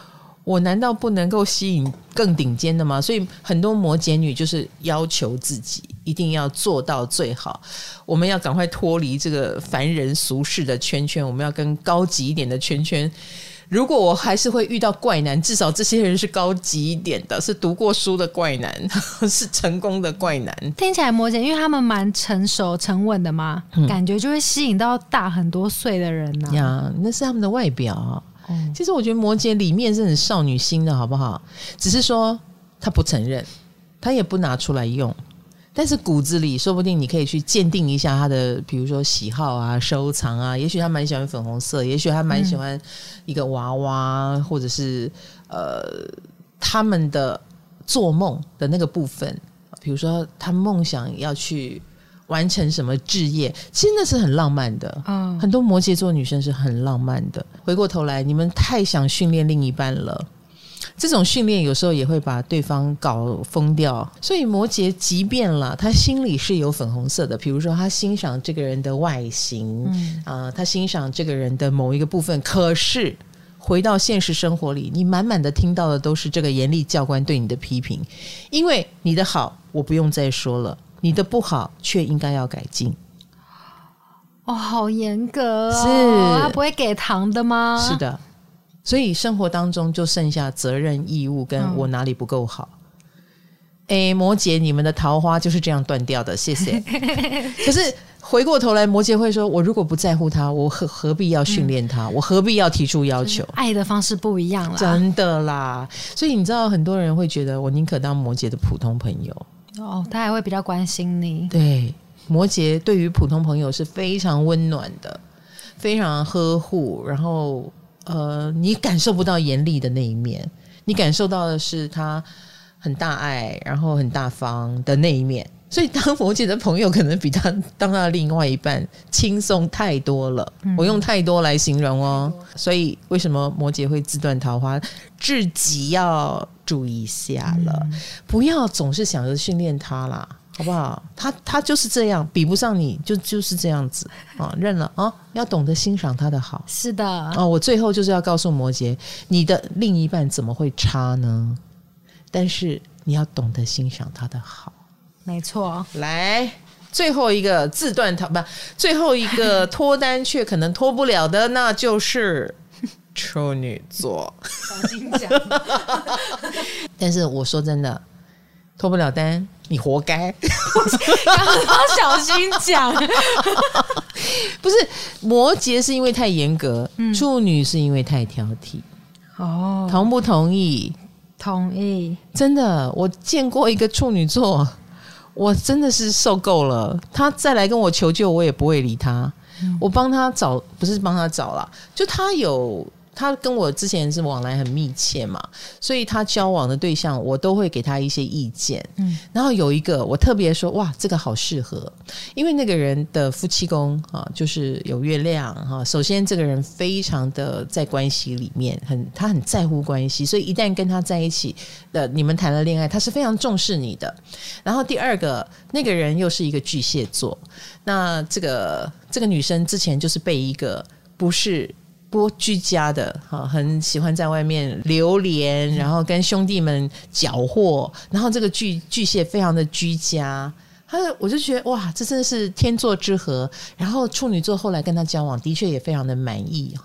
我难道不能够吸引更顶尖的吗？所以很多摩羯女就是要求自己一定要做到最好，我们要赶快脱离这个凡人俗世的圈圈，我们要跟高级一点的圈圈。如果我还是会遇到怪男，至少这些人是高级一点的，是读过书的怪男，是成功的怪男。 听起来摩羯因为他们蛮成熟沉稳的嘛，感觉就会吸引到大很多岁的人啊。 呀，那是他们的外表。其实我觉得摩羯里面是很少女心的好不好，只是说他不承认，他也不拿出来用，但是骨子里说不定你可以去鉴定一下他的比如说喜好啊收藏啊，也许他蛮喜欢粉红色，也许他蛮喜欢一个娃娃，或者是他们的做梦的那个部分，比如说他梦想要去完成什么志业，其实那是很浪漫的。很多摩羯座女生是很浪漫的。回过头来，你们太想训练另一半了，这种训练有时候也会把对方搞疯掉。所以摩羯即便啦，他心里是有粉红色的，比如说他欣赏这个人的外形，他欣赏这个人的某一个部分，可是回到现实生活里，你满满的听到的都是这个严厉教官对你的批评，因为你的好我不用再说了，你的不好却应该要改进。 哦，好严格哦， 是他不会给糖的吗？ 是的，所以生活当中就剩下责任义务跟我哪里不够好。摩羯你们的桃花就是这样断掉的，谢谢。可是回过头来摩羯会说，我如果不在乎他，我何必要训练他，我何必要提出要求， 爱的方式不一样啦， 真的啦。所以你知道很多人会觉得我宁可当摩羯的普通朋友。 他还会比较关心你。 对，摩羯对于普通朋友是非常温暖的，非常呵护，然后你感受不到严厉的那一面，你感受到的是他很大爱然后很大方的那一面。所以当摩羯的朋友可能比他当他的另外一半轻松太多了，我用太多来形容哦。所以为什么摩羯会自断桃花，自己要注意一下了，不要总是想着训练他啦，好不好？他就是这样，比不上你就是这样子啊，认了啊，要懂得欣赏他的好。 是的啊，我最后就是要告诉摩羯，你的另一半怎么会差呢？但是你要懂得欣赏他的好。 没错。 来，最后一个自断桃不，最后一个脱单却可能脱不了的，那就是处女座。 小心讲。 但是我说真的，脱不了单，你活该。 要小心讲。 不是，摩羯是因为太严格，处女是因为太挑剔。 哦， 同不同意？ 同意。 真的，我见过一个处女座，我真的是受够了。他再来跟我求救，我也不会理他。我帮他找，不是帮他找啦，就他跟我之前是往来很密切嘛，所以他交往的对象我都会给他一些意见。然后有一个我特别说，哇，这个好适合，因为那个人的夫妻宫就是有月亮首先这个人非常的在关系里面他很在乎关系，所以一旦跟他在一起的你们谈了恋爱，他是非常重视你的。然后第二个，那个人又是一个巨蟹座，那这个女生之前就是被一个不居家的很喜欢在外面流连，然后跟兄弟们搅和，然后这个巨蟹非常的居家，我就觉得哇，这真的是天作之合。然后处女座后来跟他交往，的确也非常的满意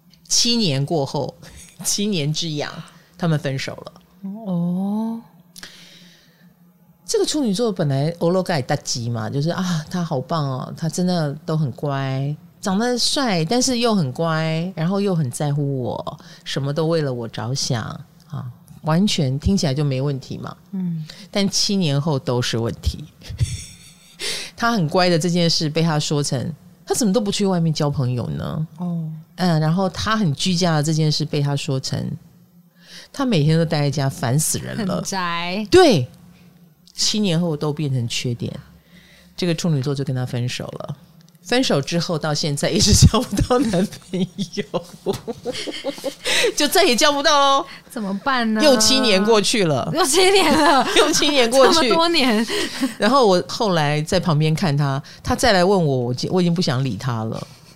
7年过后，7年之痒，他们分手了。哦，这个处女座本来欧罗盖大吉嘛，就是他好棒哦，他真的都很乖，长得帅，但是又很乖，然后又很在乎我，什么都为了我着想完全听起来就没问题嘛。但7年后都是问题。他很乖的这件事被他说成，他怎么都不去外面交朋友呢？然后他很居家的这件事被他说成，他每天都待在家，烦死人了， 很宅。对 ，7年后都变成缺点，这个处女座就跟他分手了。分手之后到现在一直交不到男朋友，就再也交不到咯。 怎么办呢？ 又7年过去了， 又7年了， 又7年过去， 这么多年。然后我后来在旁边看他再来问我，我已经不想理他了。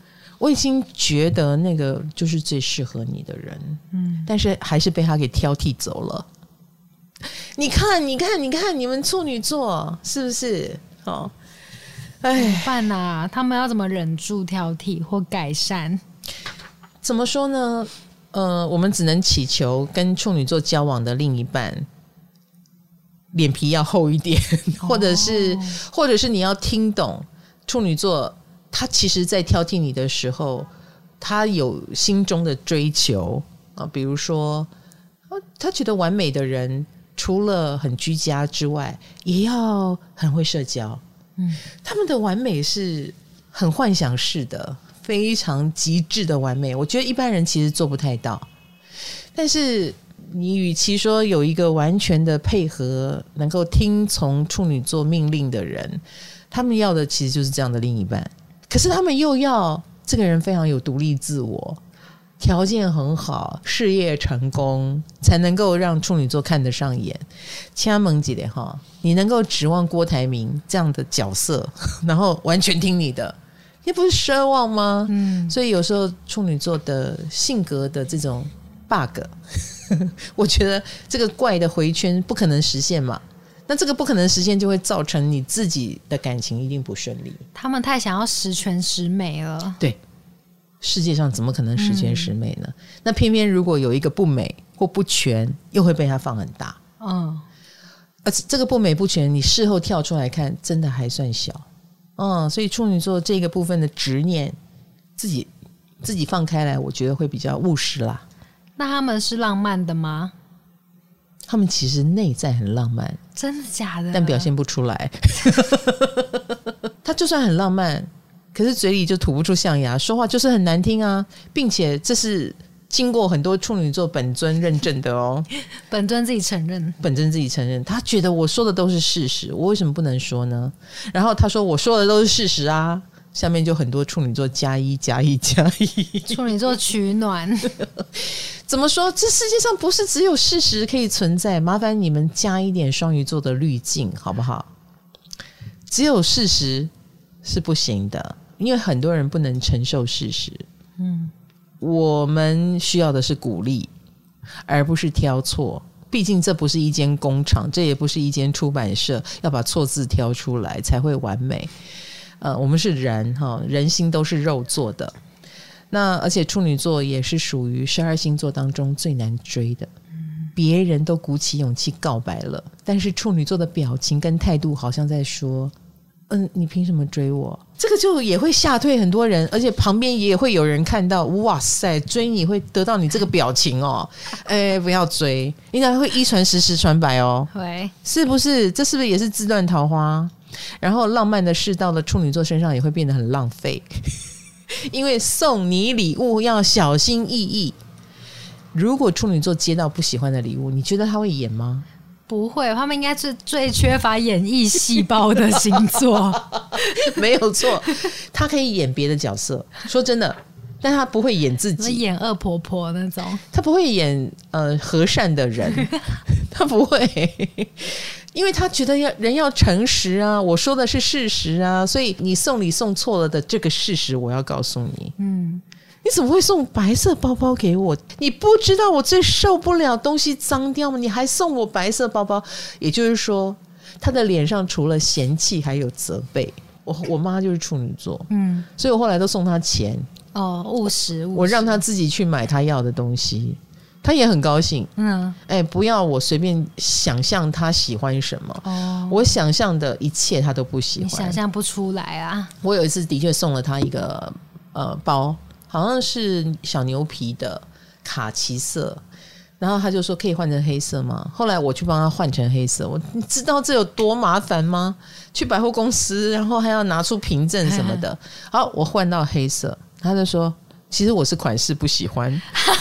我已经觉得那个就是最适合你的人，但是还是被他给挑剔走了。你看你们处女座是不是？哦， 哎，怎么办啊？他们要怎么忍住挑剔或改善？ 怎么说呢？我们只能祈求跟处女座交往的另一半脸皮要厚一点，或者是你要听懂处女座，他其实在挑剔你的时候，他有心中的追求啊，比如说他觉得完美的人除了很居家之外，也要很会社交。他们的完美是很幻想式的，非常极致的完美，我觉得一般人其实做不太到。但是你与其说有一个完全的配合，能够听从处女座命令的人，他们要的其实就是这样的另一半。可是他们又要这个人非常有独立自我，条件很好，事业成功，才能够让处女座看得上眼。掐门几点哈，你能够指望郭台铭这样的角色，然后完全听你的，也不是奢望吗？所以有时候处女座的性格的这种 bug 我觉得这个怪的回圈不可能实现嘛，那这个不可能实现就会造成你自己的感情一定不顺利。 他们太想要十全十美了。 对，世界上怎么可能十全十美呢？那偏偏如果有一个不美或不全，又会被他放很大。而且这个不美不全，你事后跳出来看，真的还算小。所以处女座这个部分的执念，自己放开来，我觉得会比较务实啦。 那他们是浪漫的吗？ 他们其实内在很浪漫。 真的假的？ 但表现不出来。他就算很浪漫，可是嘴里就吐不出象牙，说话就是很难听啊，并且这是经过很多处女座本尊认证的哦。 本尊自己承认， 他觉得我说的都是事实，我为什么不能说呢？然后他说我说的都是事实啊，下面就很多处女座加一，处女座取暖。 怎么说？这世界上不是只有事实可以存在，麻烦你们加一点双鱼座的滤镜好不好？只有事实是不行的，因为很多人不能承受事实。我们需要的是鼓励，而不是挑错。毕竟这不是一间工厂，这也不是一间出版社，要把错字挑出来才会完美。我们是人，人心都是肉做的。那而且处女座也是属于12星座当中最难追的。别人都鼓起勇气告白了，但是处女座的表情跟态度好像在说你凭什么追我？这个就也会吓退很多人，而且旁边也会有人看到，哇塞，追你会得到你这个表情哦，不要追，应该会一传十，十传百哦，是不是？这是不是也是自断桃花？然后浪漫的事到了处女座身上也会变得很浪费，因为送你礼物要小心翼翼。如果处女座接到不喜欢的礼物，你觉得他会演吗？ 不会，他们应该是最缺乏演艺细胞的星座。 没有错，他可以演别的角色，说真的，但他不会演自己， 演恶婆婆那种， 他不会演和善的人，他不会，因为他觉得人要诚实啊，我说的是事实啊，所以你送礼送错了的这个事实，我要告诉你。你怎么会送白色包包给我？你不知道我最受不了东西脏掉吗？你还送我白色包包，也就是说他的脸上除了嫌弃还有责备。我妈就是处女座，所以我后来都送她钱。 务实， 我让她自己去买她要的东西，她也很高兴。不要我随便想象她喜欢什么，我想象的一切她都不喜欢， 你想象不出来啊。 我有一次的确送了她一个包，好像是小牛皮的卡其色，然后他就说可以换成黑色吗？后来我去帮他换成黑色，你知道这有多麻烦吗？去百货公司，然后还要拿出凭证什么的。好，我换到黑色，他就说其实我是款式不喜欢。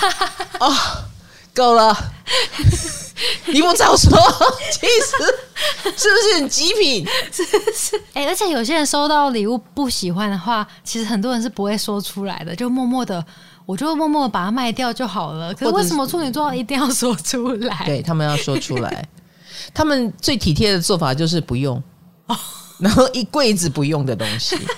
够了，你不早说，其实是不是很极品？ 是。而且有些人收到礼物不喜欢的话，其实很多人是不会说出来的，就默默的，我就默默的把它卖掉就好了。可是为什么处女座一定要说出来？ 对，他们要说出来，他们最体贴的做法就是不用，然后一柜子不用的东西。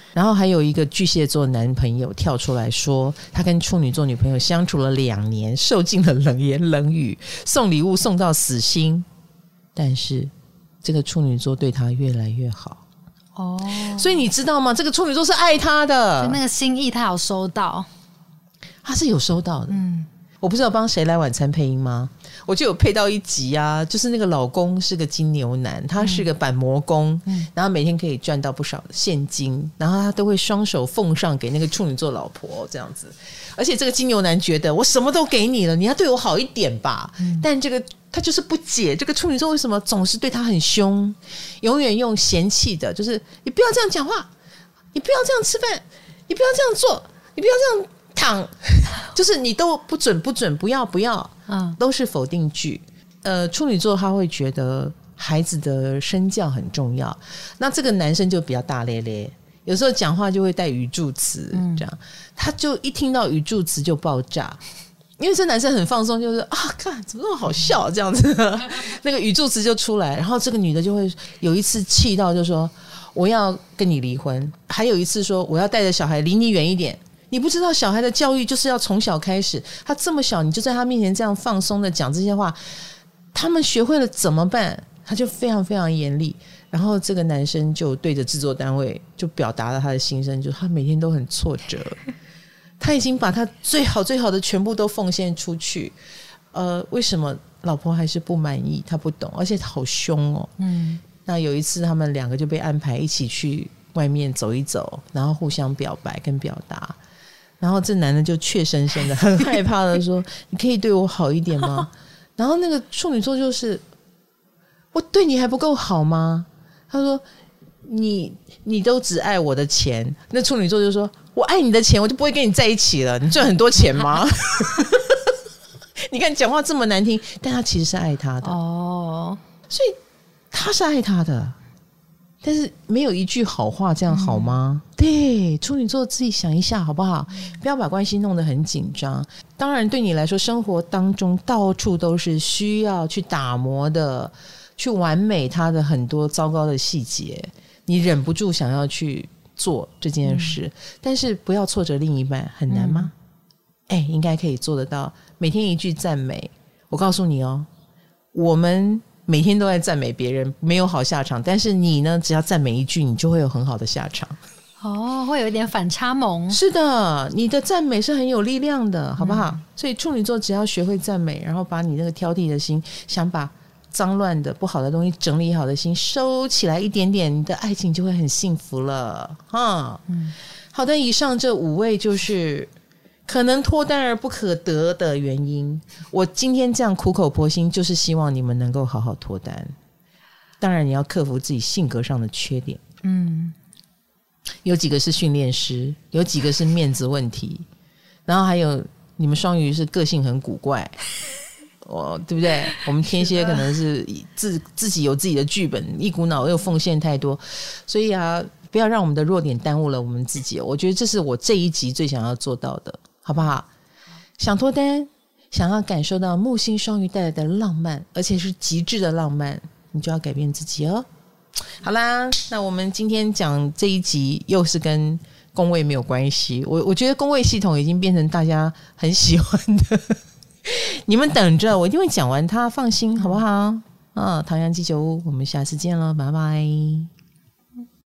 然后还有一个巨蟹座男朋友跳出来说，他跟处女座女朋友相处了2年，受尽了冷言冷语，送礼物送到死心，但是这个处女座对他越来越好。哦，所以你知道吗？这个处女座是爱他的， 就那个心意他有收到， 他是有收到的。我不是有帮谁来晚餐配音吗？我就有配到一集啊，就是那个老公是个金牛男，他是个板模工，然后每天可以赚到不少的现金，然后他都会双手奉上给那个处女座老婆这样子。而且这个金牛男觉得我什么都给你了，你要对我好一点吧。但这个他就是不解，这个处女座为什么总是对他很凶，永远用嫌弃的，就是你不要这样讲话，你不要这样吃饭，你不要这样做，你不要这样躺，就是你都不准不要，都是否定句。处女座他会觉得孩子的身教很重要，那这个男生就比较大咧咧，有时候讲话就会带语助词，这样他就一听到语助词就爆炸。因为这男生很放松，就是看怎么那么好笑这样子，那个语助词就出来，然后这个女的就会有一次气到就说我要跟你离婚，还有一次说我要带着小孩离你远一点。你不知道小孩的教育就是要从小开始，他这么小你就在他面前这样放松的讲这些话，他们学会了怎么办？他就非常非常严厉。然后这个男生就对着制作单位就表达了他的心声，就他每天都很挫折，他已经把他最好的全部都奉献出去，为什么老婆还是不满意？他不懂，而且好凶哦。那有一次他们2个就被安排一起去外面走一走，然后互相表白跟表达，然后这男的就怯生生的很害怕的说你可以对我好一点吗？然后那个处女座就是我对你还不够好吗？他说你都只爱我的钱。那处女座就说我爱你的钱，我就不会跟你在一起了，你赚很多钱吗？你看讲话这么难听，但他其实是爱他的所以他是爱他的，但是没有一句好话，这样好吗？对，处女座自己想一下好不好？不要把关系弄得很紧张。当然对你来说生活当中到处都是需要去打磨的，去完美它的很多糟糕的细节，你忍不住想要去做这件事，但是不要挫折另一半，很难吗？应该可以做得到。每天一句赞美，我告诉你哦，我们每天都在赞美别人，没有好下场，但是你呢，只要赞美一句，你就会有很好的下场。 会有一点反差萌。 是的，你的赞美是很有力量的，好不好？所以处女座只要学会赞美，然后把你那个挑剔的心，想把脏乱的不好的东西整理好的心收起来一点点，你的爱情就会很幸福了好的，以上这5位就是可能脱单而不可得的原因。我今天这样苦口婆心，就是希望你们能够好好脱单。当然你要克服自己性格上的缺点，有几个是训练师，有几个是面子问题，然后还有你们双鱼是个性很古怪对不对？我们天蝎可能是自己有自己的剧本，一股脑又奉献太多，所以不要让我们的弱点耽误了我们自己。我觉得这是我这一集最想要做到的，好不好？想脱单，想要感受到木星双鱼带来的浪漫，而且是极致的浪漫，你就要改变自己哦。好啦，那我们今天讲这一集又是跟宫位没有关系，我觉得宫位系统已经变成大家很喜欢的你们等着，我一定会讲完它，放心好不好？唐阳鸡酒屋，我们下次见了，拜拜。